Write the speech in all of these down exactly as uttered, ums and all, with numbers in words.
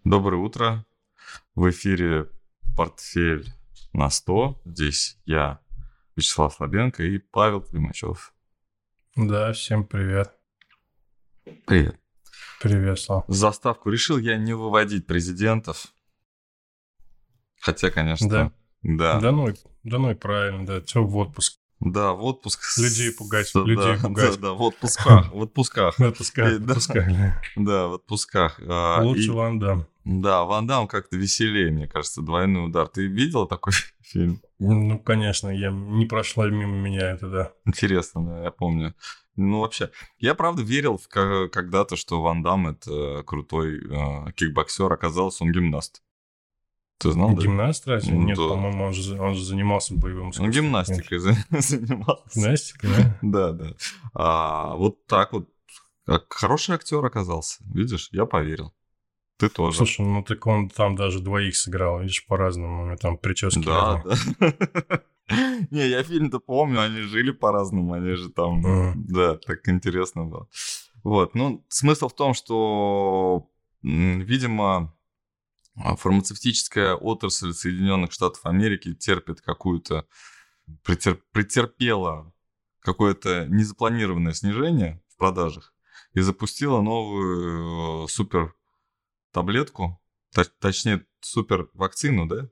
Доброе утро. В эфире «Портфель на сто». Здесь я, Вячеслав Слабенко, и Павел Климачев. Да, всем привет. Привет. Привет, Слав. Заставку решил я не выводить президентов. Хотя, конечно, Да? да. Да ну, и- да ну и правильно, да, все в отпуск. Да, в отпуск. с- Людей пугать, да, людей да, пугать. да, в отпусках, в отпусках. В отпусках, И в да, отпусках. да, в отпусках. А, Лучше и- Ван Дам. Да, Ван Дам как-то веселее, мне кажется, «Двойной удар». Ты видел такой фильм? Ну, конечно, я не прошла мимо меня это, да. Интересно, да, я помню. Ну, вообще, я правда верил в ка- когда-то, что Ван Дам это крутой э, кикбоксер, оказался он гимнаст. Ты знал, да? Гимнаст разве? Ну, Нет, да. по-моему, он же, он же занимался боевым Он искусством. гимнастикой за- занимался. Гимнастика, да? Да, да. А, вот так вот. Как хороший актер оказался. Видишь, я поверил. Ты тоже. Слушай, ну так он там даже двоих сыграл, видишь, по-разному, у него там прически Да, разные. да. Не, я фильм-то помню, они жили по-разному, они же там, Мгм. да, так интересно было. Вот, ну, смысл в том, что, м, видимо, а, фармацевтическая отрасль Соединенных Штатов Америки терпит какую-то, претер- претерпела какое-то незапланированное снижение в продажах и запустила новую э, супер таблетку, точ- точнее, супер вакцину, да?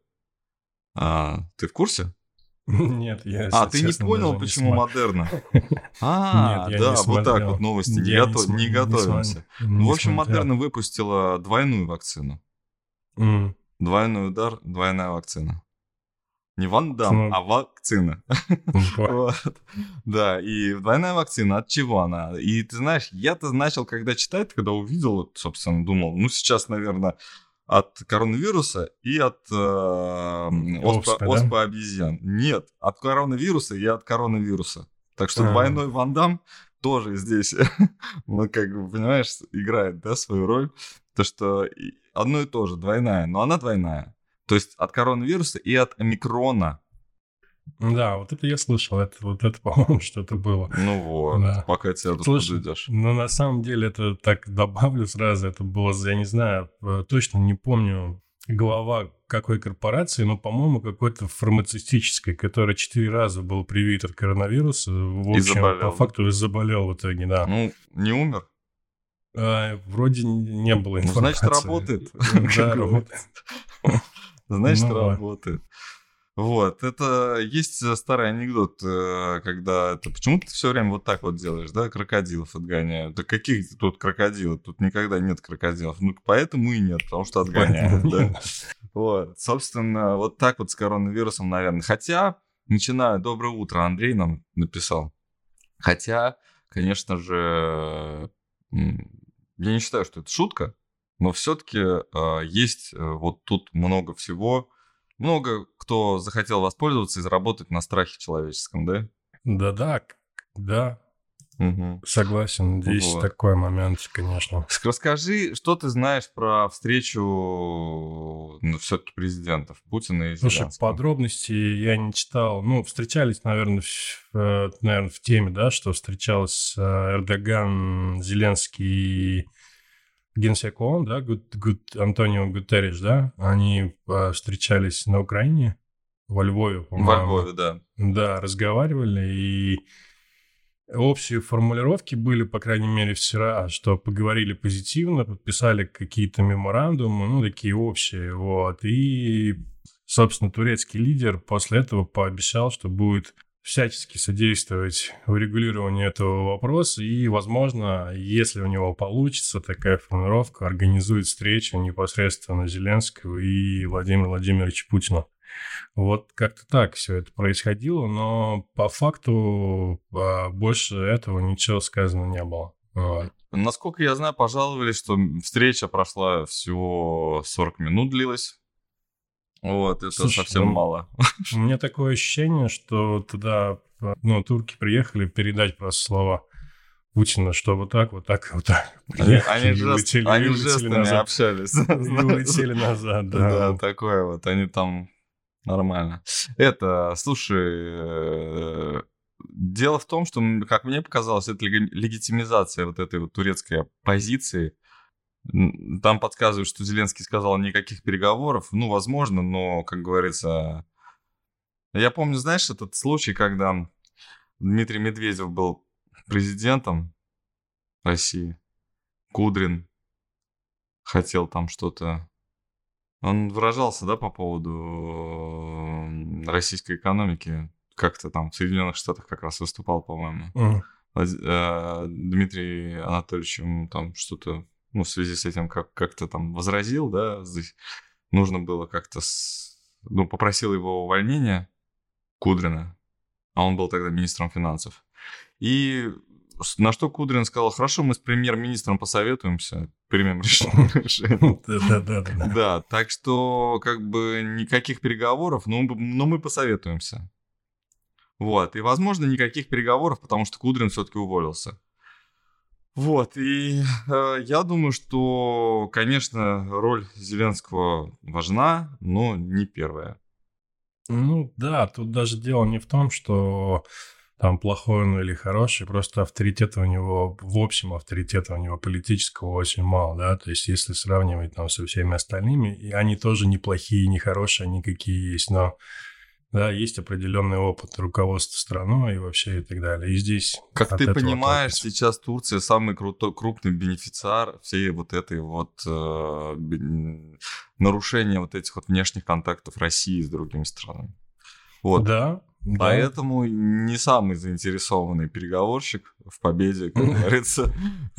А, ты в курсе? Нет, я, А, если ты не честно, понял, даже не почему сма- Модерна? Нет, А, я не да, вот так вот смотрел. новости. Не, Я не, гото- смо- не не смо- готовимся. Ну, в не общем, смотрел. Модерна выпустила двойную вакцину. М. Двойной удар, двойная вакцина. Не Ван Дам, Ну, а вакцина. по- Вот. Да, и двойная вакцина, от чего она? И ты знаешь, я-то начал, когда читать, когда увидел, вот, собственно, думал, ну, сейчас, наверное, от коронавируса и от э, оспа, Оспы, да? оспа обезьян. Нет, от коронавируса и от коронавируса. Так что А, двойной Ван Дам тоже здесь, ну, как бы, понимаешь, играет, да, свою роль. То, что и одно и то же, двойная, но она двойная. То есть от коронавируса и от омикрона. Да, вот это я слышал. Это, вот это, по-моему, что-то было. Ну вот, Да. пока тебя тут Слушай, подведешь. ну на самом деле это так добавлю сразу. Это было, я не знаю, э, точно не помню глава какой корпорации, но, по-моему, какой-то фармацевтической, который четыре раза был привит от коронавируса. В И общем, заболел, по да? факту и заболел в итоге, да. Ну, не умер. А, вроде не было Ну, значит, информации. работает. Да, Как работает. Значит, Ну вот. работает. Вот, это есть э, старый анекдот, э, когда это... Почему ты все время вот так вот делаешь, да, крокодилов отгоняют? Да каких тут крокодилов? Тут никогда нет крокодилов. Ну, поэтому и нет, потому что отгоняют, да. Вот, собственно, вот так вот с коронавирусом, наверное. Хотя, начинаю, доброе утро, Андрей нам написал. Хотя, конечно же, м, я не считаю, что это шутка, но все-таки есть э, вот тут много всего. Много кто захотел воспользоваться и заработать на страхе человеческом, да? Да-да, к- да, Мгм. согласен. Здесь Вот. такой момент, конечно. Ск- Расскажи, что ты знаешь про встречу, ну, все-таки президентов Путина и Слушай, Зеленского? подробностей я не читал. Ну, встречались, наверное, в, э, наверное, в теме, да, что встречался Эрдоган, Зеленский и генсек ООН, да, Гут- Гут- Антонио Гутерриш, да, они э, встречались на Украине, во Львове, Во по-моему. Львове, да. Да, разговаривали, и общие формулировки были, по крайней мере, вчера, что поговорили позитивно, подписали какие-то меморандумы, ну, такие общие, вот. И, собственно, турецкий лидер после этого пообещал, что будет всячески содействовать урегулированию этого вопроса, и, возможно, если у него получится такая формулировка, организует встречу непосредственно Зеленского и Владимира Владимировича Путина. Вот как-то так все это происходило, но по факту а, больше этого ничего сказано не было. Вот. Насколько я знаю, пожаловались, что встреча прошла всего сорок минут длилась. Вот, это Слушай, совсем ну, мало. у меня такое ощущение, что туда, а, ну, турки приехали передать просто слова Путина, что вот так, вот так, вот так. Они, Приехали они, и жест- улетели, и они улетели жестами назад. общались. И улетели назад, да. Да, вот. такое вот. Они там нормально. Это, слушай, э, дело в том, что, м, как мне показалось, это леги- легитимизация вот этой вот турецкой позиции. Там подсказывают, что Зеленский сказал никаких переговоров. Ну, возможно, но, как говорится... Я помню, знаешь, этот случай, когда Дмитрий Медведев был президентом России, Кудрин хотел там что-то... Он выражался, да, по поводу российской экономики. Как-то там в Соединенных Штатах как раз выступал, по-моему. Mm. Дмитрий Анатольевич ему там что-то, ну, в связи с этим как- как-то там возразил, да, здесь нужно было как-то, с... ну, попросил его увольнения, Кудрина, а он был тогда министром финансов. И на что Кудрин сказал: хорошо, мы с премьер-министром посоветуемся, примем решение. Да-да-да. Да, так что как бы никаких переговоров, но мы посоветуемся. Вот, и, возможно, никаких переговоров, потому что Кудрин все-таки уволился. Вот, и э, я думаю, что, конечно, роль Зеленского важна, но не первая. Ну да, тут даже дело не в том, что там плохой он или хороший, просто авторитета у него, в общем, авторитета у него политического очень мало, да, то есть если сравнивать там со всеми остальными, и они тоже неплохие, не хорошие, они какие есть, но... Да, есть определенный опыт руководства страной и вообще и так далее. И здесь... Как ты понимаешь, сейчас Турция самый крутой, крупный бенефициар всей вот этой вот э, нарушения вот этих вот внешних контактов России с другими странами. Вот. Да. Поэтому да. Не самый заинтересованный переговорщик в победе, как говорится,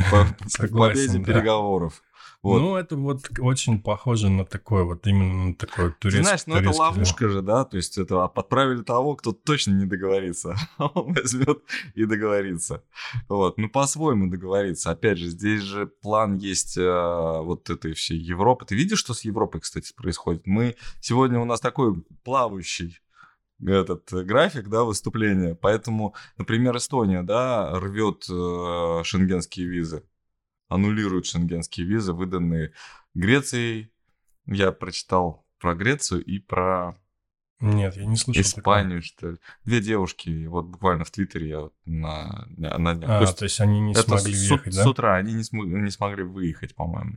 в победе переговоров. Вот. Ну, это вот очень похоже на такой вот, именно на такой турецкий... Знаешь, ну это ловушка же, да, то есть это подправили того, кто точно не договорится, он возьмет и договорится. Вот, ну по-своему договорится. Опять же, здесь же план есть а, вот этой всей Европы. Ты видишь, что с Европой, кстати, происходит? Мы сегодня у нас такой плавающий этот график, да, выступления, поэтому, например, Эстония, да, рвет э, шенгенские визы. Аннулируют шенгенские визы, выданные Грецией. Я прочитал про Грецию и про Нет, я не слышал Испанию, такого. Что ли. Две девушки, вот буквально в Твиттере я вот на, на днях. А, то есть, то есть они не смогли с, въехать, с, да? С утра они не, см, не смогли выехать, по-моему.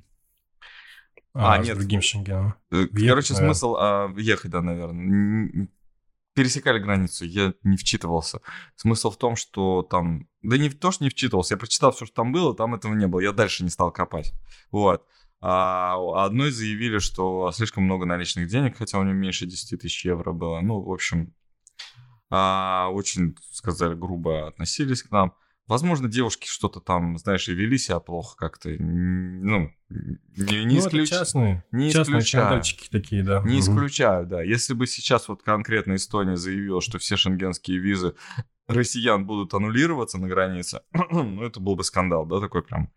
А, а с нет. другим Шенгеном. Въехать, Короче, наверное. смысл а, ехать, да, наверное. Пересекали границу, я не вчитывался. Смысл в том, что там... Да не то, что не вчитывался, я прочитал все, что там было, там этого не было. Я дальше не стал копать. Вот. А одной заявили, что слишком много наличных денег, хотя у нее меньше десять тысяч евро было. Ну, в общем, очень, сказали, грубо относились к нам. Возможно, девушки что-то там, знаешь, и вели себя плохо как-то. Ну, не, не ну исключ... это частные, не частные исключаю. такие, да. Не исключаю, да. Если бы сейчас вот конкретно Эстония заявила, что все шенгенские визы россиян будут аннулироваться на границе, ну, это был бы скандал, да, такой прям.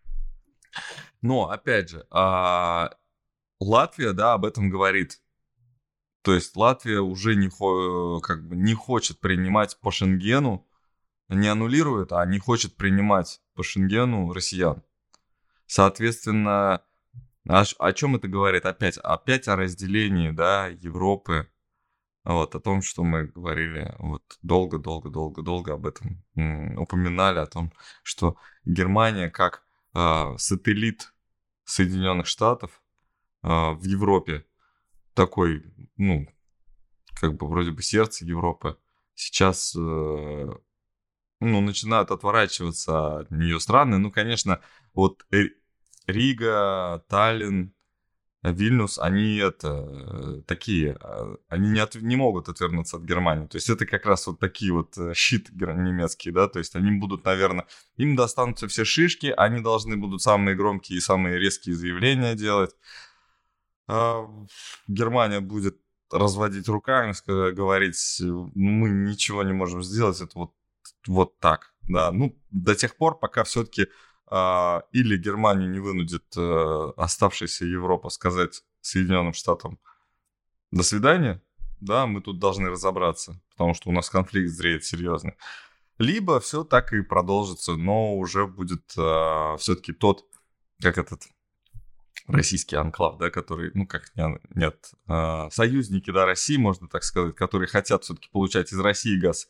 Но, опять же, а... Латвия, да, об этом говорит. То есть Латвия уже не, хо... как бы не хочет принимать по Шенгену, не аннулирует, а не хочет принимать по Шенгену россиян. Соответственно, о, о чем это говорит? Опять, опять о разделении, да, Европы. Вот, о том, что мы говорили вот долго-долго-долго-долго об этом м, упоминали, о том, что Германия как э, сателлит Соединенных Штатов э, в Европе, такой, ну, как бы вроде бы сердце Европы, сейчас... Э, ну, начинают отворачиваться от нее страны. Ну, конечно, вот Рига, Таллин, Вильнюс, они это такие, они не, от, не могут отвернуться от Германии. То есть это как раз вот такие вот щит немецкие, да, то есть они будут, наверное, им достанутся все шишки, они должны будут самые громкие и самые резкие заявления делать. А Германия будет разводить руками, сказать, говорить, мы ничего не можем сделать, это вот Вот так, да. Ну, до тех пор, пока все-таки э, или Германия не вынудит э, оставшаяся Европа сказать Соединенным Штатам «до свидания», да, мы тут должны разобраться, потому что у нас конфликт зреет серьезный. Либо все так и продолжится, но уже будет э, все-таки тот, как этот российский анклав, да, который, ну, как нет, э, союзники, да, России, можно так сказать, которые хотят все-таки получать из России газ,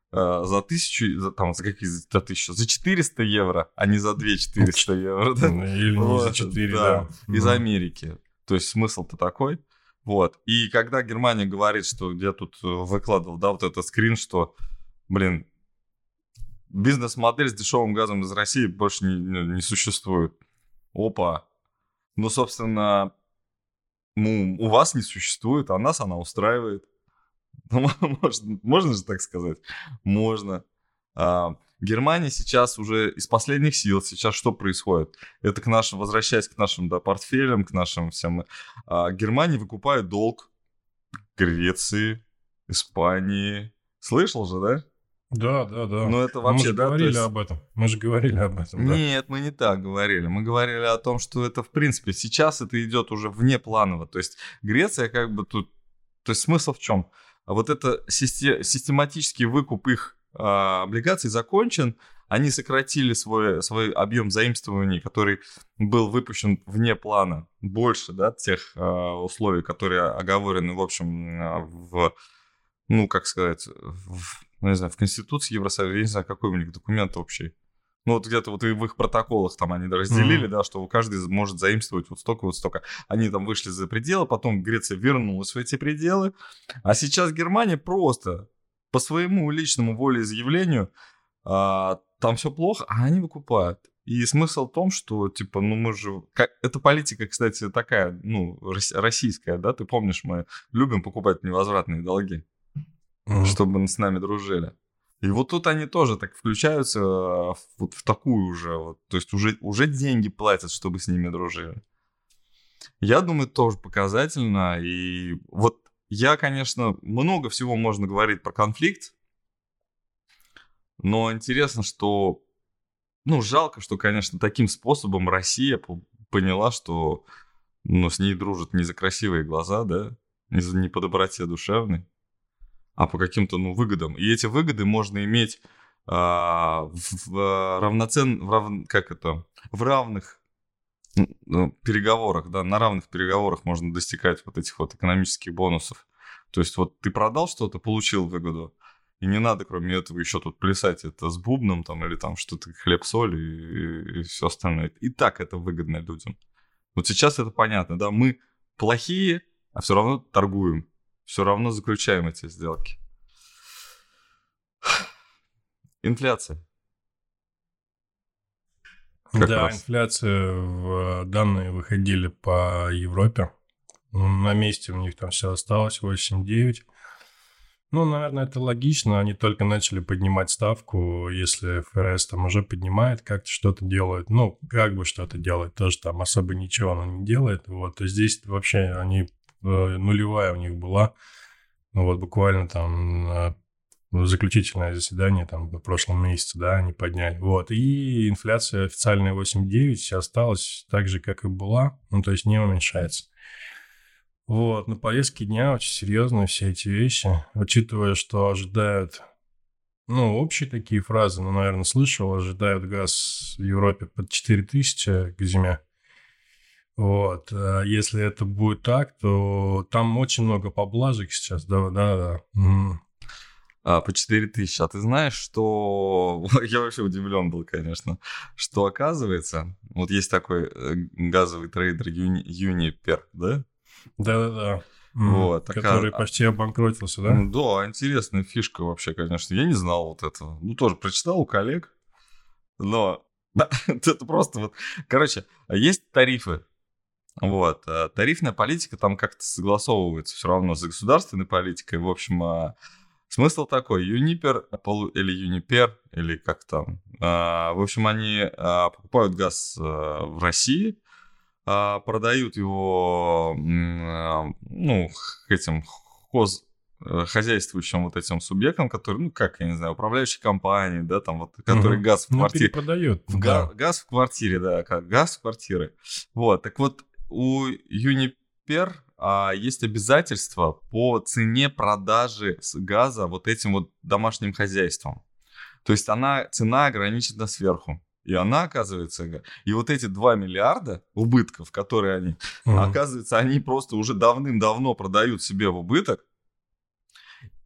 э, за тысячу, за, там, за какие за тысячу, за четыреста евро, а не за две четыреста евро. Да? Или не вот, за четыре, да. да. Из Америки. То есть смысл-то такой. Вот. И когда Германия говорит, что я тут выкладывал, да, вот этот скрин, что, блин, бизнес-модель с дешевым газом из России больше не, не существует. Опа. Ну, собственно, ну, у вас не существует, а нас она устраивает. Можно, можно же так сказать? Можно. А, Германия сейчас уже из последних сил. Сейчас что происходит? Это к нашим, возвращаясь к нашим да, портфелям, к нашим всем. А, Германия выкупает долг Греции, Испании. Слышал же, да? Да, да, да. Ну, это вообще, мы же да, говорили есть... об этом. Мы же говорили об этом, да. Нет, мы не так говорили. Мы говорили о том, что это, в принципе, сейчас это идет уже внепланово. То есть Греция как бы тут... То есть смысл в чем? Вот это систематический выкуп их а, облигаций закончен. Они сократили свой, свой объем заимствований, который был выпущен вне плана, больше, да, тех а, условий, которые оговорены, в общем, в... Ну, как сказать... В, ну, не знаю, в Конституции Евросоюза, я не знаю, какой у них документ общий. Ну, вот где-то вот и в их протоколах там они разделили, mm-hmm. да, что каждый может заимствовать вот столько, вот столько. Они там вышли за пределы, потом Греция вернулась в эти пределы. А сейчас Германия просто по своему личному волеизъявлению а, там все плохо, а они выкупают. И смысл в том, что, типа, ну мы же... Как... Эта политика, кстати, такая, ну, российская, да, ты помнишь, мы любим покупать невозвратные долги. Mm-hmm. Чтобы с нами дружили. И вот тут они тоже так включаются вот в такую уже, вот, то есть уже, уже деньги платят, чтобы с ними дружили. Я думаю, тоже показательно. И вот я, конечно, много всего можно говорить про конфликт, но интересно, что, ну, жалко, что, конечно, таким способом Россия поняла, что, ну, с ней дружат не за красивые глаза, да, не, за, не по доброте душевной, а по каким-то, ну, выгодам. И эти выгоды можно иметь а, в, в равноцен... В рав... как это? В равных ну, переговорах, да, на равных переговорах можно достигать вот этих вот экономических бонусов. То есть вот ты продал что-то, получил выгоду, и не надо, кроме этого, еще тут плясать это с бубном там или там что-то, хлеб-соль и, и, и все остальное. И так это выгодно людям. Вот сейчас это понятно, да, мы плохие, а все равно торгуем. Все равно заключаем эти сделки. Инфляция. Как да, раз. Инфляция, в данные выходили по Европе. На месте у них там все осталось, восемь девять. Ну, наверное, это логично. Они только начали поднимать ставку. Если эф эр эс там уже поднимает, как-то что-то делает. Ну, как бы что-то делает. Тоже там особо ничего оно не делает. Вот. И здесь вообще они... нулевая у них была. Ну, вот буквально там заключительное заседание там в прошлом месяце, да, они подняли. Вот. И инфляция официальная восемь девять осталась так же, как и была. Ну, то есть не уменьшается. Вот. На повестке дня очень серьезные все эти вещи. Учитывая, что ожидают, ну, общие такие фразы, ну, наверное, слышал, ожидают газ в Европе под четыре тысячи к зиме. Вот, если это будет так, то там очень много поблажек сейчас, да, да, да. Угу. А, по четыре тысячи. А ты знаешь, что... Я вообще удивлен был, конечно, что оказывается, вот есть такой газовый трейдер Юни... Юнипер, да? Да-да-да. Вот, который такая... почти обанкротился, да? Да, интересная фишка вообще, конечно. Я не знал вот этого. Ну, тоже прочитал у коллег, но это просто вот... Короче, есть тарифы. Вот, тарифная политика там как-то согласовывается все равно с государственной политикой. В общем, смысл такой: Юнипер или Юнипер, или как там. В общем, они покупают газ в России, продают его, ну, этим хоз хозяйствующим вот этим субъектам, которые, ну, как, я не знаю, управляющие компании, да, там вот, которые угу. газ в квартире... Ну, перепродают, в да. Га- газ в квартире, да, как газ в квартиры. Вот, так вот, у Юнипер а, есть обязательства по цене продажи газа вот этим вот домашним хозяйствам. То есть она, цена ограничена сверху. И она, оказывается, и вот эти два миллиарда убытков, которые они, угу. оказывается, они просто уже давным-давно продают себе в убыток.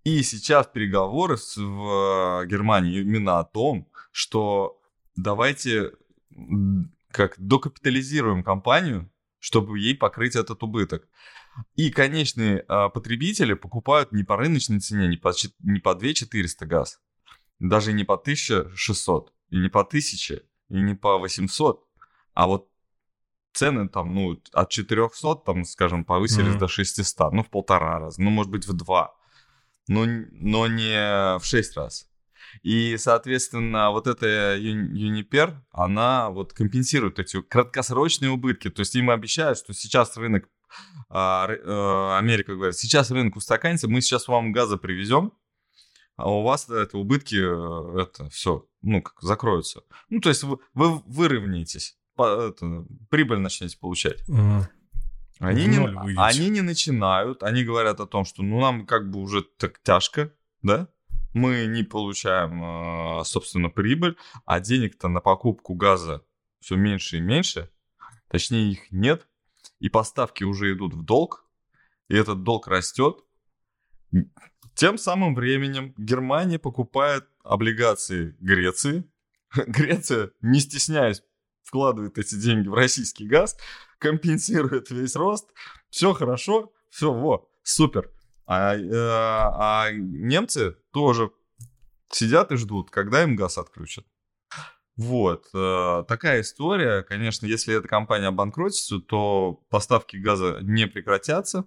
И сейчас переговоры в Германии именно о том, что давайте как докапитализируем компанию, чтобы ей покрыть этот убыток. И конечные а, потребители покупают не по рыночной цене, не по, не по две тысячи четыреста газ, даже не по тысяча шестьсот, и не по тысяче, и не по восемьсот, а вот цены там, ну, от четырехсот, там, скажем, повысились mm-hmm. до шестисот, ну, в полтора раза, ну, может быть, в два, но, но не в шесть раз. И, соответственно, вот эта Uniper, она вот компенсирует эти краткосрочные убытки. То есть им обещают, что сейчас рынок, Америка говорит, сейчас рынок устаканится, мы сейчас вам газа привезем, а у вас это убытки, это все, ну, как закроются. Ну, то есть вы, вы выровняетесь, это, прибыль начнете получать. Mm. Они, не, они не начинают, они говорят о том, что ну нам как бы уже так тяжко, да? Мы не получаем, собственно, прибыль, а денег-то на покупку газа все меньше и меньше, точнее их нет, и поставки уже идут в долг, и этот долг растет. Тем самым временем Германия покупает облигации Греции. Греция, не стесняясь, вкладывает эти деньги в российский газ, компенсирует весь рост. Все хорошо, все, во, супер. А, а, а немцы тоже сидят и ждут, когда им газ отключат. Вот. Такая история. Конечно, если эта компания обанкротится, то поставки газа не прекратятся.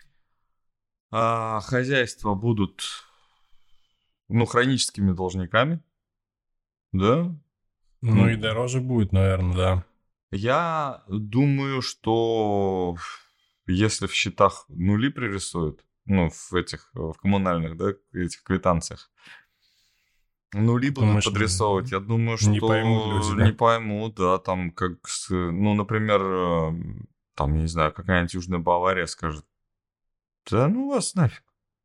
А хозяйства будут, ну, хроническими должниками. Да? Ну, и дороже будет, наверное, да. Я думаю, что если в счетах нули пририсуют, ну, в этих, в коммунальных, да, этих квитанциях, нули будут Думаешь, подрисовывать. Я думаю, что не поймут люди, да? Не поймут, да, там, как, ну, например, там, я не знаю, какая-нибудь Южная Бавария скажет, да ну вас нафиг.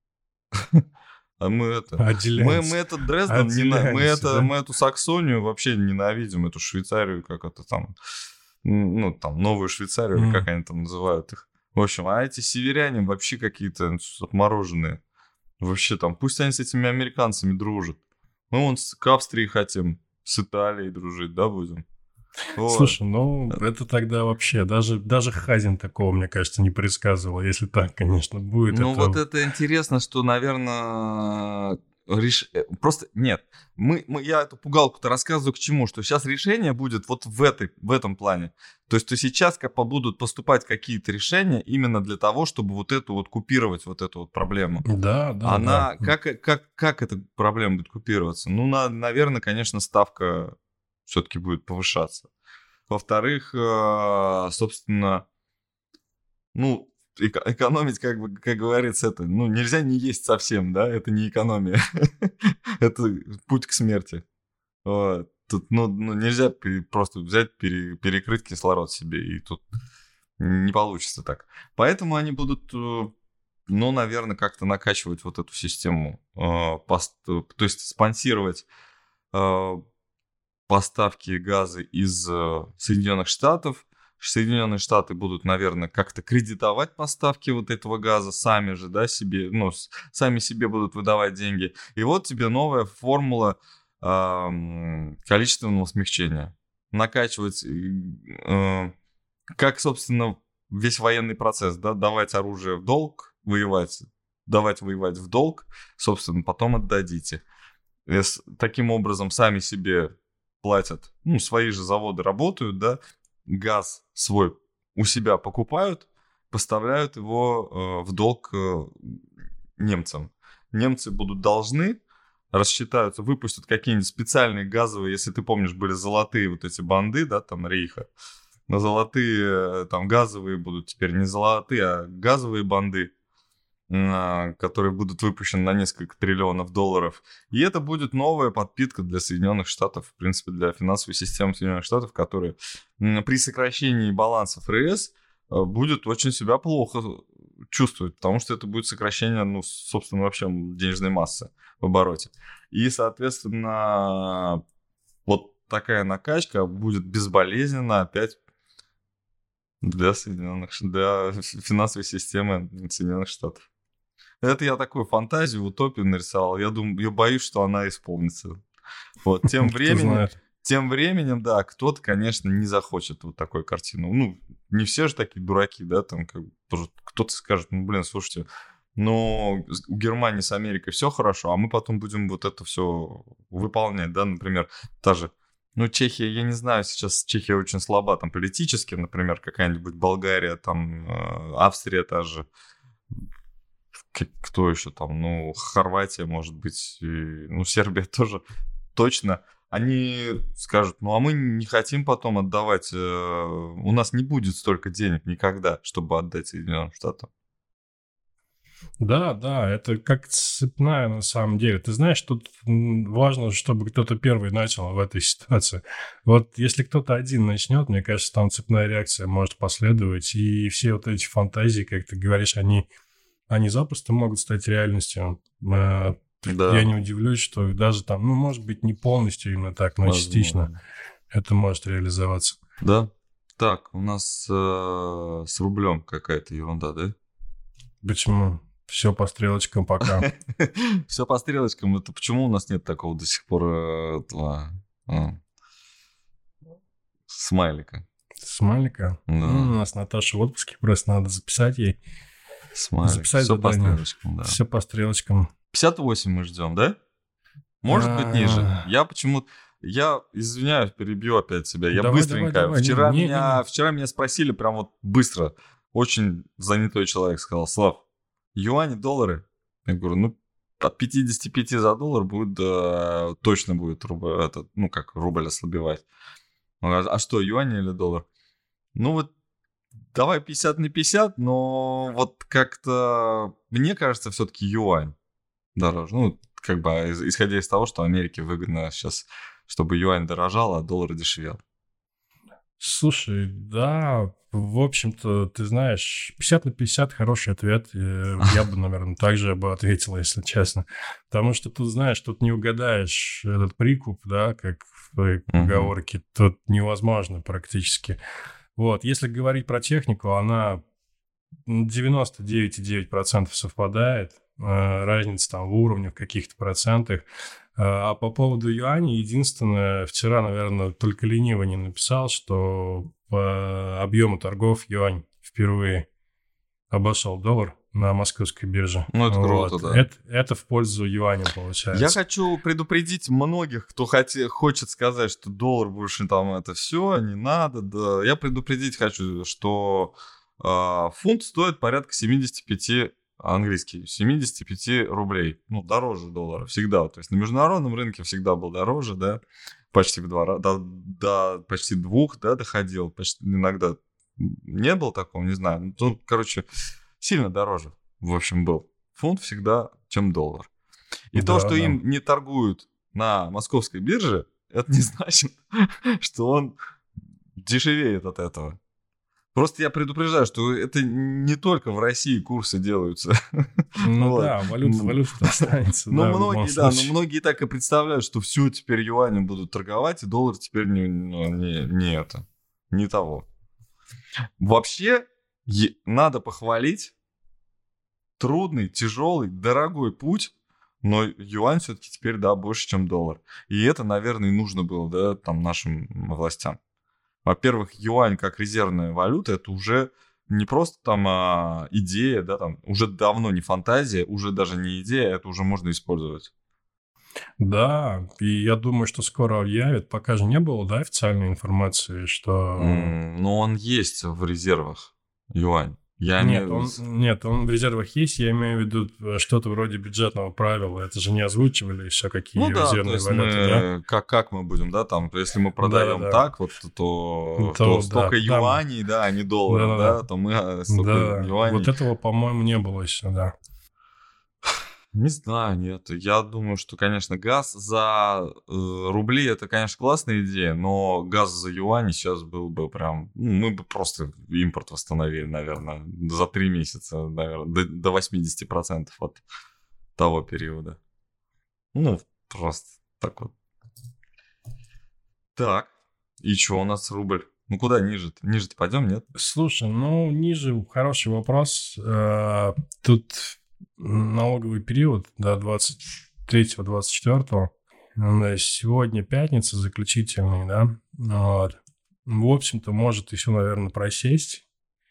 А мы это... Мы, мы этот Дрезден, не, мы, это, да? мы эту Саксонию вообще ненавидим, эту Швейцарию, как это там, ну, там, Новую Швейцарию, mm. как они там называют их. В общем, а эти северяне вообще какие-то отмороженные. Вообще там, пусть они с этими американцами дружат. Мы вон к Австрии хотим, с Италией дружить, да, будем? Вот. Слушай, ну, это тогда вообще, даже, даже Хазин такого, мне кажется, не предсказывал, если так, конечно, будет. Ну, это... вот это интересно, что, наверное, реш... просто нет. Мы, мы, я эту пугалку-то рассказываю к чему, что сейчас решение будет вот в, этой, в этом плане. То есть, то сейчас как будут поступать какие-то решения именно для того, чтобы вот эту вот купировать вот эту вот проблему. Да, да, Она, да. Как, как, как эта проблема будет купироваться? Ну, на, наверное, конечно, ставка все-таки будет повышаться. Во-вторых, собственно, ну, экономить, как бы, как говорится, это, ну, нельзя не есть совсем, да, это не экономия, это путь к смерти. Тут, ну, ну, нельзя просто взять, пере, перекрыть кислород себе, и тут не получится так. Поэтому они будут, ну, наверное, как-то накачивать вот эту систему, пост, то есть спонсировать поставки газа из Соединенных Штатов. Соединенные Штаты будут, наверное, как-то кредитовать поставки вот этого газа сами же, да, себе, ну, сами себе будут выдавать деньги. И вот тебе новая формула э, количественного смягчения. Накачивать, э, как, собственно, весь военный процесс, да, давать оружие в долг, воевать, давать воевать в долг, собственно, потом отдадите. И таким образом сами себе платят, ну, свои же заводы работают, да, газ свой у себя покупают, поставляют его э, в долг э, немцам. Немцы будут должны, рассчитаются, выпустят какие-нибудь специальные газовые, если ты помнишь, были золотые вот эти банды, да, там, Рейха. Но золотые, там, газовые будут теперь не золотые, а газовые банды, которые будут выпущены на несколько триллионов долларов. И это будет новая подпитка для Соединенных Штатов, в принципе, для финансовой системы Соединенных Штатов, которая при сокращении баланса эф эр эс будет очень себя плохо чувствовать, потому что это будет сокращение, ну, собственно, вообще денежной массы в обороте. И, соответственно, вот такая накачка будет безболезненно опять для Соединенных, для финансовой системы Соединенных Штатов. Это я такую фантазию, утопию нарисовал. Я думаю, я боюсь, что она исполнится. Вот, тем временем, тем временем, да, кто-то, конечно, не захочет вот такую картину. Ну, не все же такие дураки, да, там как бы тоже кто-то скажет, ну, блин, слушайте, но у Германии с Америкой все хорошо, а мы потом будем вот это все выполнять, да, например, та же, ну, Чехия, я не знаю, сейчас Чехия очень слаба там политически, например, какая-нибудь Болгария, там, Австрия та же, кто еще там, ну, Хорватия, может быть, и, ну, Сербия тоже точно. Они скажут, ну, а мы не хотим потом отдавать, у нас не будет столько денег никогда, чтобы отдать Соединенным Штатам. Да, да, это как цепная на самом деле. Ты знаешь, тут важно, чтобы кто-то первый начал в этой ситуации. Вот если кто-то один начнет, мне кажется, там цепная реакция может последовать, и все вот эти фантазии, как ты говоришь, они, они запросто могут стать реальностью. Да. Я не удивлюсь, что даже там, ну, может быть, не полностью именно так, но Возможно. частично это может реализоваться. Да. Так, у нас э, с рублем какая-то ерунда, да? Почему? Все по стрелочкам пока. Все по стрелочкам. Это почему у нас нет такого до сих пор этого смайлика? Смайлика? Да. Ну, у нас Наташа в отпуске, просто надо записать ей. Смайлик. Записать Все по задание. стрелочкам, да. Все по стрелочкам. пятьдесят восемь мы ждем, да? Может быть, ниже. Я почему-то... Я, извиняюсь, перебью опять себя. Я Давай, быстренько. давай, давай. Вчера, Не, не, меня, не. вчера меня спросили прям вот быстро. Очень занятой человек сказал: Слав, юани, доллары? Я говорю, ну, от пятьдесят пять за доллар будет, да, точно будет рубль, это, ну, как рубль ослабевать. Он говорит, а что, юани или доллар? Ну, вот давай пятьдесят на пятьдесят, но вот как-то мне кажется, все-таки юань дороже. Ну, как бы исходя из того, что Америке выгодно сейчас, чтобы юань дорожал, а доллар дешевел. Слушай, да, в общем-то, ты знаешь, пятьдесят на пятьдесят хороший ответ. Я бы, наверное, также бы ответил, если честно. Потому что тут, знаешь, тут не угадаешь этот прикуп, да, как в той поговорке. Тут невозможно практически. Вот, если говорить про технику, она девяносто девять целых девять десятых процента совпадает. Разница там в уровнях каких-то процентах. А по поводу юаня, единственное, вчера, наверное, только лениво не написал, что по объему торгов юань впервые обошел доллар на московской бирже. Ну, это вот. круто, да. Это, это в пользу юаня получается. Я хочу предупредить многих, кто хоти, хочет сказать, что доллар больше там это все, не надо. Да. Я предупредить хочу, что э, фунт стоит порядка семьдесят пять английский, семьдесят пять рублей. Ну, дороже доллара всегда. То есть на международном рынке всегда был дороже, да, почти в два раза, до, до почти двух, да, доходил. Почти, иногда не было такого, не знаю. Ну, короче, сильно дороже, в общем, был фунт всегда, чем доллар. И да, то, что да. им не торгуют на московской бирже, это не значит, что он дешевеет от этого. Просто я предупреждаю, что это не только в России курсы делаются. Ну вот. Да, валюта, валюта останется. Но да, многие, да, но многие так и представляют, что все теперь юанем будут торговать, и доллар теперь не, не, не это, не того. Вообще, е- надо похвалить трудный, тяжелый, дорогой путь, но юань все-таки теперь, да, больше, чем доллар. И это, наверное, и нужно было, да, там, нашим властям. Во-первых, юань как резервная валюта, это уже не просто там а, идея, да, там, уже давно не фантазия, уже даже не идея, это уже можно использовать. Да, и я думаю, что скоро объявят, пока же не было, да, официальной информации, что... Mm, но он есть в резервах, юань. Я нет, имею... он, нет, он в резервах есть, я имею в виду что-то вроде бюджетного правила. Это же не озвучивали еще какие ну, да, резервные валюты, мы, да? Как, как мы будем, да, там, если мы продаем да, да. так, вот, то, то, то столько да, юаней, да, а не долларов, да, да, да, то мы столько да. юаней. Вот этого, по-моему, не было еще, да. Не знаю, нет. Я думаю, что, конечно, газ за э, рубли это, конечно, классная идея, но газ за юани сейчас был бы прям... Ну, мы бы просто импорт восстановили, наверное, за три месяца, наверное, до, до восемьдесят процентов от того периода. Ну, просто так вот. Так, и что у нас рубль? Ну, куда ниже-то? Ниже-то пойдем, нет? Слушай, ну, ниже хороший вопрос. Тут... налоговый период до двадцать третьего двадцать четвёртого. Сегодня пятница заключительный, да. Вот. В общем-то, может еще, наверное, просесть.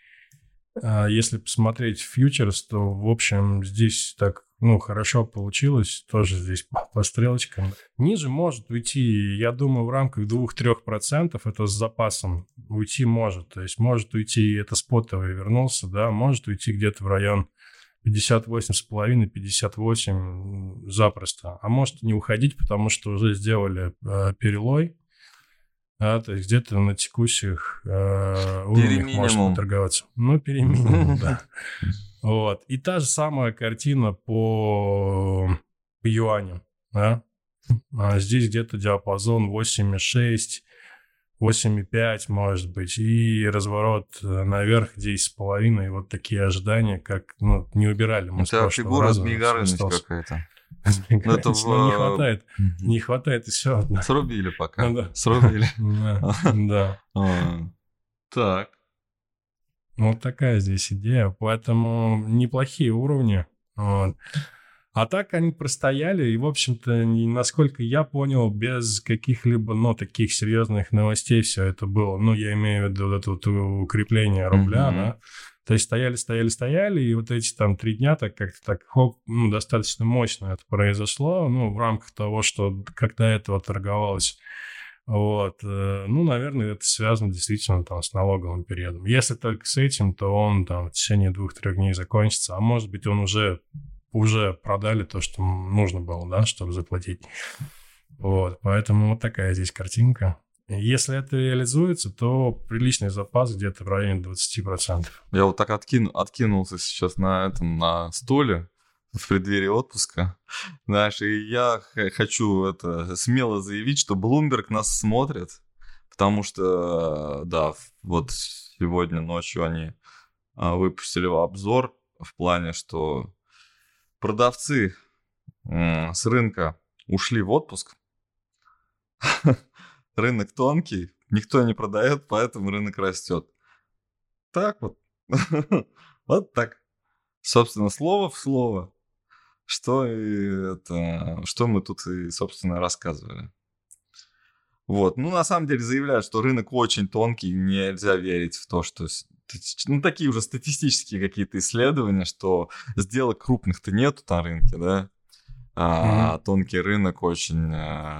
Если посмотреть фьючерс, то, в общем, здесь так, ну, хорошо получилось. Тоже здесь по, по стрелочкам. Ниже может уйти, я думаю, в рамках двух-трёх процентов, это с запасом, уйти может. То есть может уйти, это спотовый вернулся, да, может уйти где-то в район пятьдесят восемь с половиной - пятьдесят восемь запросто. А может не уходить, потому что уже сделали э, перелой. Да, то есть где-то на текущих э, уровнях можно торговаться. Ну, переминимум, да. Вот. И та же самая картина по, по юаню. Да? А здесь где-то диапазон восемь и шесть, восемь и пять, может быть, и разворот наверх десять с половиной. Вот такие ожидания, как ну, не убирали мы с прошлого фигура раза. Змея Горыныч какая-то. Ну, это в... не хватает. Не хватает еще одна. Срубили пока. Да. Срубили. Да. Так. Вот такая здесь идея. Поэтому неплохие уровни. А так они простояли. И, в общем-то, насколько я понял, без каких-либо, ну, таких серьезных новостей все это было. Ну, я имею в виду вот это вот укрепление рубля, да. То есть стояли, стояли, стояли, и вот эти там три дня так как-то так хоп, ну, достаточно мощно это произошло, ну, в рамках того, что как до этого торговалось. Вот. Ну, наверное, это связано действительно там с налоговым периодом. Если только с этим, то он там в течение двух-трех дней закончится, а может быть, он уже, уже продали то, что нужно было, да, чтобы заплатить. Вот. Поэтому вот такая здесь картинка. Если это реализуется, то приличный запас где-то в районе двадцать процентов. Я вот так откину, откинулся сейчас на этом, на стуле в преддверии отпуска, знаешь, и я х- хочу это смело заявить, что Bloomberg нас смотрит, потому что, да, вот сегодня ночью они а, выпустили обзор в плане, что продавцы м- с рынка ушли в отпуск. Рынок тонкий, никто не продает, поэтому рынок растет. Так вот. Вот так. Собственно, слово в слово. Что, и это, что мы тут и, собственно, рассказывали. Вот. Ну, на самом деле, заявляют, что рынок очень тонкий, нельзя верить в то, что... Ну, такие уже статистические какие-то исследования, что сделок крупных-то нету на рынке, да? А mm-hmm. тонкий рынок очень...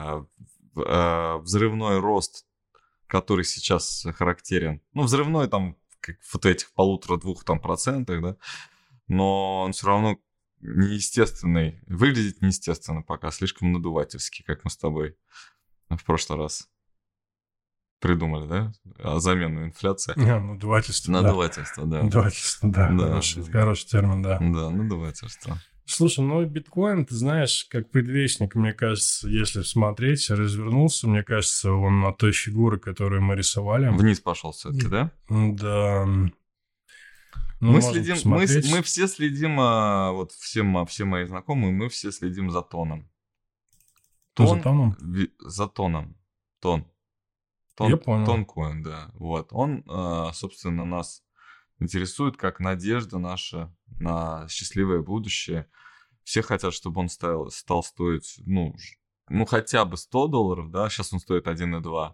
взрывной рост, который сейчас характерен. Ну, взрывной там как вот этих полутора-двух там процентах, да, но он все равно неестественный, выглядит неестественно пока, слишком надувательский, как мы с тобой в прошлый раз придумали, да, а замену инфляции. А, надувательство, Надувательство, да. да. Надувательство, да, да. Хороший, хороший термин, да. Да, надувательство. Слушай, ну биткоин, ты знаешь, как предвестник, мне кажется, если смотреть, развернулся, мне кажется, он от той фигуры, которую мы рисовали. Вниз пошел все-таки, да? Да. Ну, мы следим, мы, мы все следим, вот все, все мои знакомые, мы все следим за тоном. Тон, за тоном? Ви, за тоном. Тон. Тон. Я понял. Тонкоин, да. Вот. Он, собственно, нас интересует как надежда наша на счастливое будущее. Все хотят, чтобы он стал, стал стоить, ну, ну, хотя бы сто долларов, да, сейчас он стоит один и два.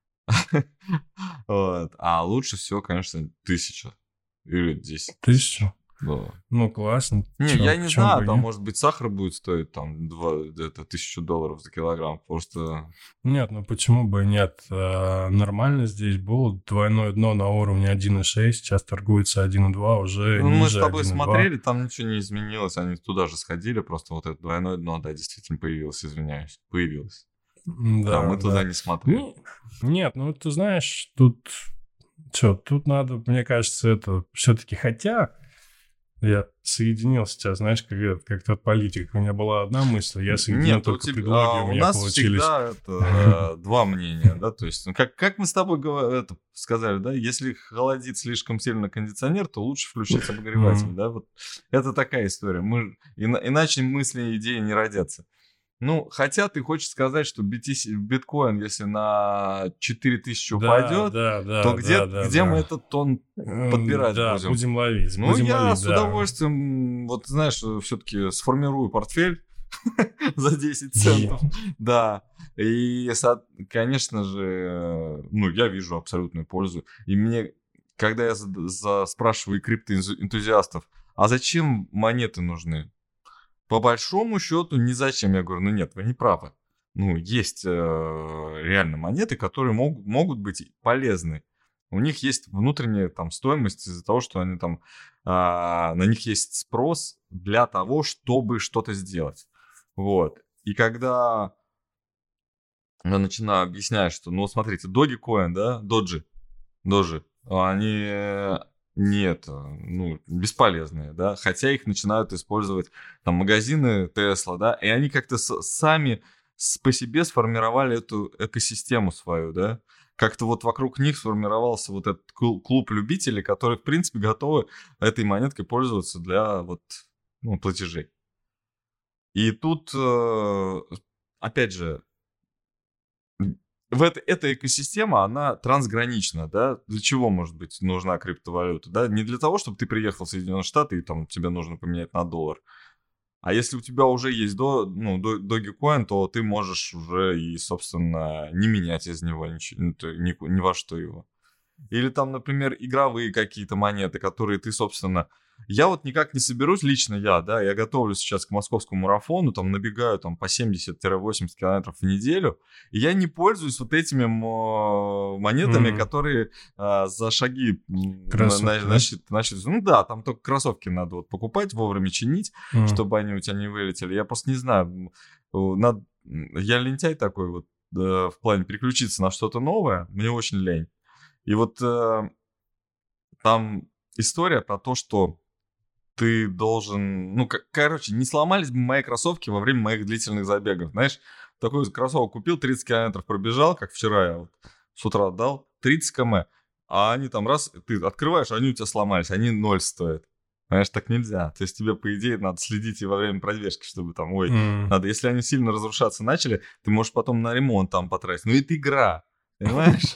Вот. А лучше всего, конечно, тысяча или десять. Тысячу? Да. Ну, классно. Не, Чё, я не знаю, там, может быть, сахар будет стоить там два, это, тысячу долларов за килограмм, просто... Нет, ну почему бы нет? Нормально здесь было двойное дно на уровне один и шесть, сейчас торгуется один и два, уже ну, ниже мы с тобой один и два. Смотрели, там ничего не изменилось, они туда же сходили, просто вот это двойное дно, да, действительно появилось, извиняюсь, появилось. Да, да, мы да. туда не смотрели. Нет, ну ты знаешь, тут... Что, тут надо, мне кажется, это все-таки, хотя... Я соединил сейчас, знаешь, как, как тот политик. У меня была одна мысль, я соединил Нет, только тебя, предлоги, а, у меня меня нас получились. Всегда это, два мнения, да, то есть, ну, как, как мы с тобой это сказали, да, если холодит слишком сильно кондиционер, то лучше включить обогреватель, да, вот это такая история. Мы, иначе мысли и идеи не родятся. Ну, хотя ты хочешь сказать, что би ти си, биткоин, если на четыре тысячи Да, упадет, да, да, то где, да, да, где мы да. этот тон М, подбирать Да, будем? будем ловить, Ну, будем я ловить, с да. удовольствием, вот знаешь, все-таки сформирую портфель за десять центов. Да. И, со- конечно же, ну, я вижу абсолютную пользу. И мне, когда я за- за- спрашиваю криптоэнтузиастов, а зачем монеты нужны? По большому счету, ни зачем. Я говорю, ну нет, вы не правы. Ну, есть э, реально монеты, которые мог, могут быть полезны. У них есть внутренняя там стоимость из-за того, что они там, а, на них есть спрос для того, чтобы что-то сделать. Вот. И когда я начинаю объяснять, что, ну, вот смотрите, Dogecoin, да, доджи, доджи, они э, нет, ну, бесполезные, да, хотя их начинают использовать там магазины Tesla, да, и они как-то с- сами с- по себе сформировали эту экосистему свою, да, как-то вот вокруг них сформировался вот этот клу- клуб любителей, которые, в принципе, готовы этой монеткой пользоваться для вот, ну, платежей. И тут, э, опять же, в это, эта экосистема, она трансгранична, да? Для чего, может быть, нужна криптовалюта, да? Не для того, чтобы ты приехал в Соединенные Штаты и там тебе нужно поменять на доллар. А если у тебя уже есть до, ну, до, Dogecoin, то ты можешь уже и, собственно, не менять из него ничего, ну, то ни, ни во что его. Или там, например, игровые какие-то монеты, которые ты, собственно... Я вот никак не соберусь, лично я, да, я готовлюсь сейчас к московскому марафону, там набегаю там по семьдесят-восемьдесят километров в неделю, и я не пользуюсь вот этими мо- монетами, М, которые а, за шаги м, на- на- Кроссовки, да? насчит- насчитываются. Ну да, там только кроссовки надо вот покупать, вовремя чинить, М. чтобы они у тебя не вылетели. Я просто не знаю, м, о, надо... я лентяй такой вот, э, в плане переключиться на что-то новое, мне очень лень. И вот э, там история про то, что ты должен... Ну, к- короче, не сломались бы мои кроссовки во время моих длительных забегов. Знаешь, такой вот кроссовок купил, тридцать километров пробежал, как вчера я вот с утра отдал, тридцать километров, а они там раз, ты открываешь, они у тебя сломались, они ноль стоят. Понимаешь, так нельзя. То есть тебе, по идее, надо следить и во время пробежки, чтобы там, ой, М. надо, если они сильно разрушаться начали, ты можешь потом на ремонт там потратить. Ну, это игра, понимаешь?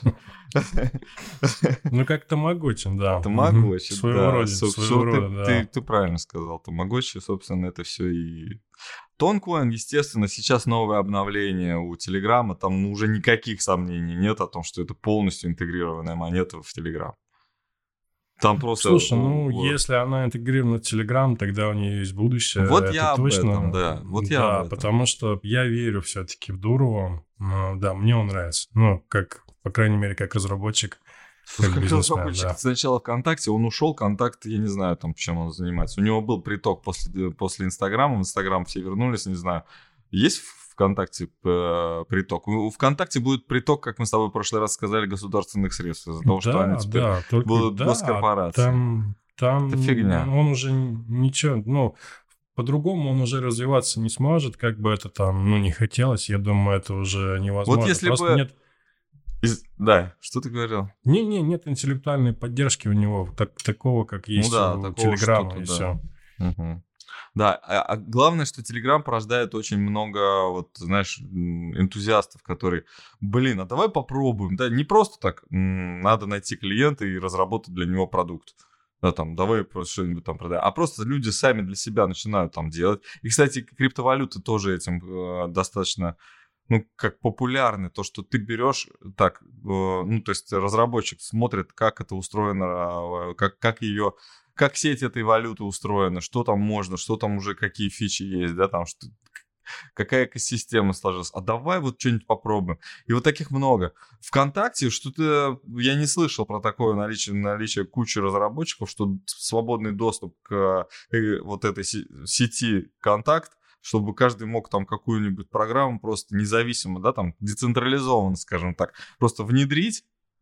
Ну, как тамагочи, да. Мгм. Тамагочи, Своего да. рода, Со- своего всё ты, рода, ты, да. ты правильно сказал. Тамагочи, собственно, это все и... Тонкоин, естественно, сейчас новое обновление у Телеграма. Там ну, уже никаких сомнений нет о том, что это полностью интегрированная монета в Телеграм. Там просто... Слушай, ну, о, о, если она интегрирована в Telegram, тогда у нее есть будущее, Вот это я об этом, точно. да. Вот я об Да, этом. потому что я верю все-таки в Дурова. Ну, да, мне он нравится. Ну, как, по крайней мере, как разработчик, как Как бизнесмен, разработчик да. сначала ВКонтакте, он ушел, Контакт, я не знаю, там, чем он занимается. У него был приток после, после Инстаграма, в Инстаграм все вернулись, не знаю. Есть в ВКонтакте э, приток? У ВКонтакте будет приток, как мы с тобой в прошлый раз сказали, государственных средств, из-за того, что они Да, теперь да, только будут да, госкорпорации. там, там Это фигня. он уже ничего, ну, по-другому он уже развиваться не сможет, как бы это там, ну, не хотелось, я думаю, это уже невозможно. Вот если Просто бы... нет, из- Да, что ты говорил? не, не, нет интеллектуальной поддержки у него, так, такого, как Ну есть да, у такого Телеграма, что-то, и да. все. Мгм. Да, а, а главное, что Telegram порождает очень много, вот, знаешь, м, энтузиастов, которые, блин, а давай попробуем, да, не просто так, м, надо найти клиента и разработать для него продукт, да, там, давай просто что-нибудь там продаем, а просто люди сами для себя начинают там делать. И, кстати, криптовалюты тоже этим э, достаточно, ну, как популярны, то, что ты берешь, так, э, ну, то есть разработчик смотрит, как это устроено, э, как, как ее, как сеть этой валюты устроена, что там можно, что там уже, какие фичи есть, да, там, что, какая экосистема сложилась. А давай вот что-нибудь попробуем. И вот таких много. ВКонтакте что-то я не слышал про такое наличие, наличие кучи разработчиков, что свободный доступ к э, вот этой се- сети «Контакт», чтобы каждый мог там какую-нибудь программу просто независимо, да, там, децентрализованно, скажем так, просто внедрить.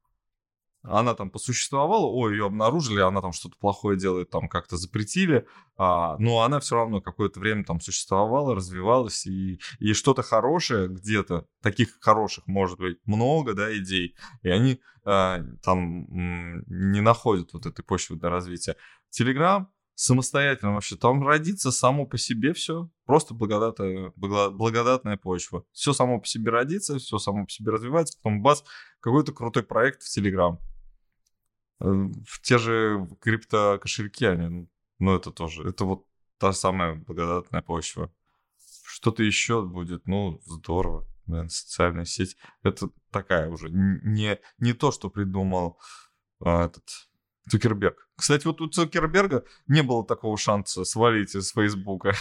Она там посуществовала, ой, ее обнаружили, она там что-то плохое делает, там как-то запретили, а, но она все равно какое-то время там существовала, развивалась, и, и что-то хорошее где-то, таких хороших может быть много, да, идей, и они а, там м, не находят вот этой почвы для развития. Telegram самостоятельно вообще. Там родится само по себе все. Просто благодатная, благодатная почва. Все само по себе родится, все само по себе развивается. Потом бац, какой-то крутой проект в Telegram. В те же криптокошельки они, ну это тоже, это вот та самая благодатная почва. Что-то еще будет, ну здорово. Наверное, социальная сеть. Это такая уже не, не то, что придумал а, этот... Цукерберг. Кстати, вот у Цукерберга не было такого шанса свалить из Фейсбука.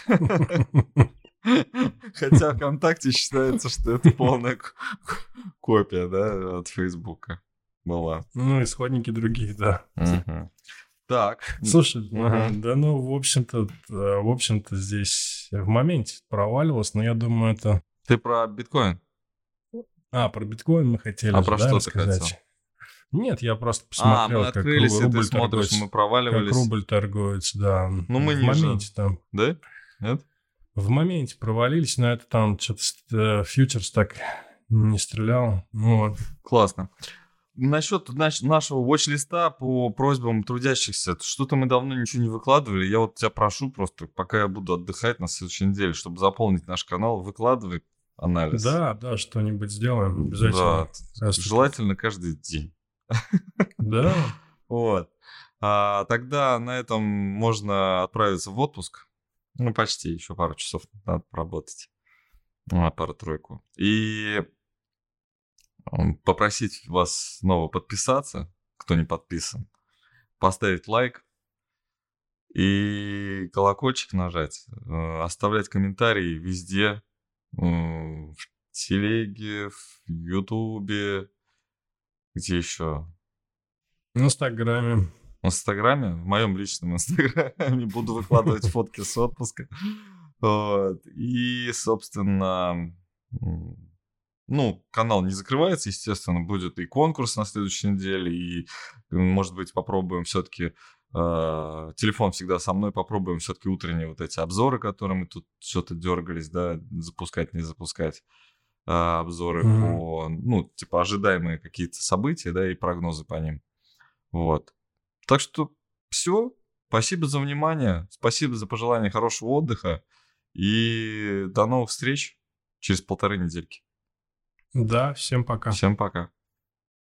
Хотя ВКонтакте считается, что это полная копия, да, от Фейсбука была. Ну, исходники другие, да. Так. Слушай, да ну, в общем-то, в общем-то, здесь в моменте проваливалось, но я думаю, это... Ты про биткоин? А, про биткоин мы хотели А же, про да, что рассказать? ты хотел? Нет, я просто посмотрел, а, мы как открылись, рубль, и ты смотришь, торгуется, мы проваливались. как рубль торгуется, да. Ну, мы в ниже. моменте там. Да? Нет? В моменте провалились, но это там что-то фьючерс так не стрелял. Ну, вот. Классно. Насчет нашего watch-листа по просьбам трудящихся, что-то мы давно ничего не выкладывали. Я вот тебя прошу просто, пока я буду отдыхать на следующей неделе, чтобы заполнить наш канал, выкладывай анализ. Да, да, что-нибудь сделаем обязательно. Да, желательно каждый день. Да. Вот. А, тогда на этом можно отправиться в отпуск. Ну, почти, еще пару часов надо поработать. А, пару-тройку. И попросить вас снова подписаться, кто не подписан, поставить лайк и колокольчик нажать, оставлять комментарии везде, в телеге, в ютубе, где еще? В Инстаграме. В Инстаграме, в моем личном Инстаграме буду выкладывать фотки с отпуска. Вот. И, собственно, ну, канал не закрывается, естественно, будет и конкурс на следующей неделе, и, может быть, попробуем все-таки, э, телефон всегда со мной, попробуем все-таки утренние вот эти обзоры, которые мы тут что-то дергались, да, запускать, не запускать, э, обзоры mm-hmm. по, ну, типа, ожидаемые какие-то события, да, и прогнозы по ним. Вот. Так что все. Спасибо за внимание, спасибо за пожелание хорошего отдыха, и до новых встреч через полторы недельки. Да, всем пока. Всем пока.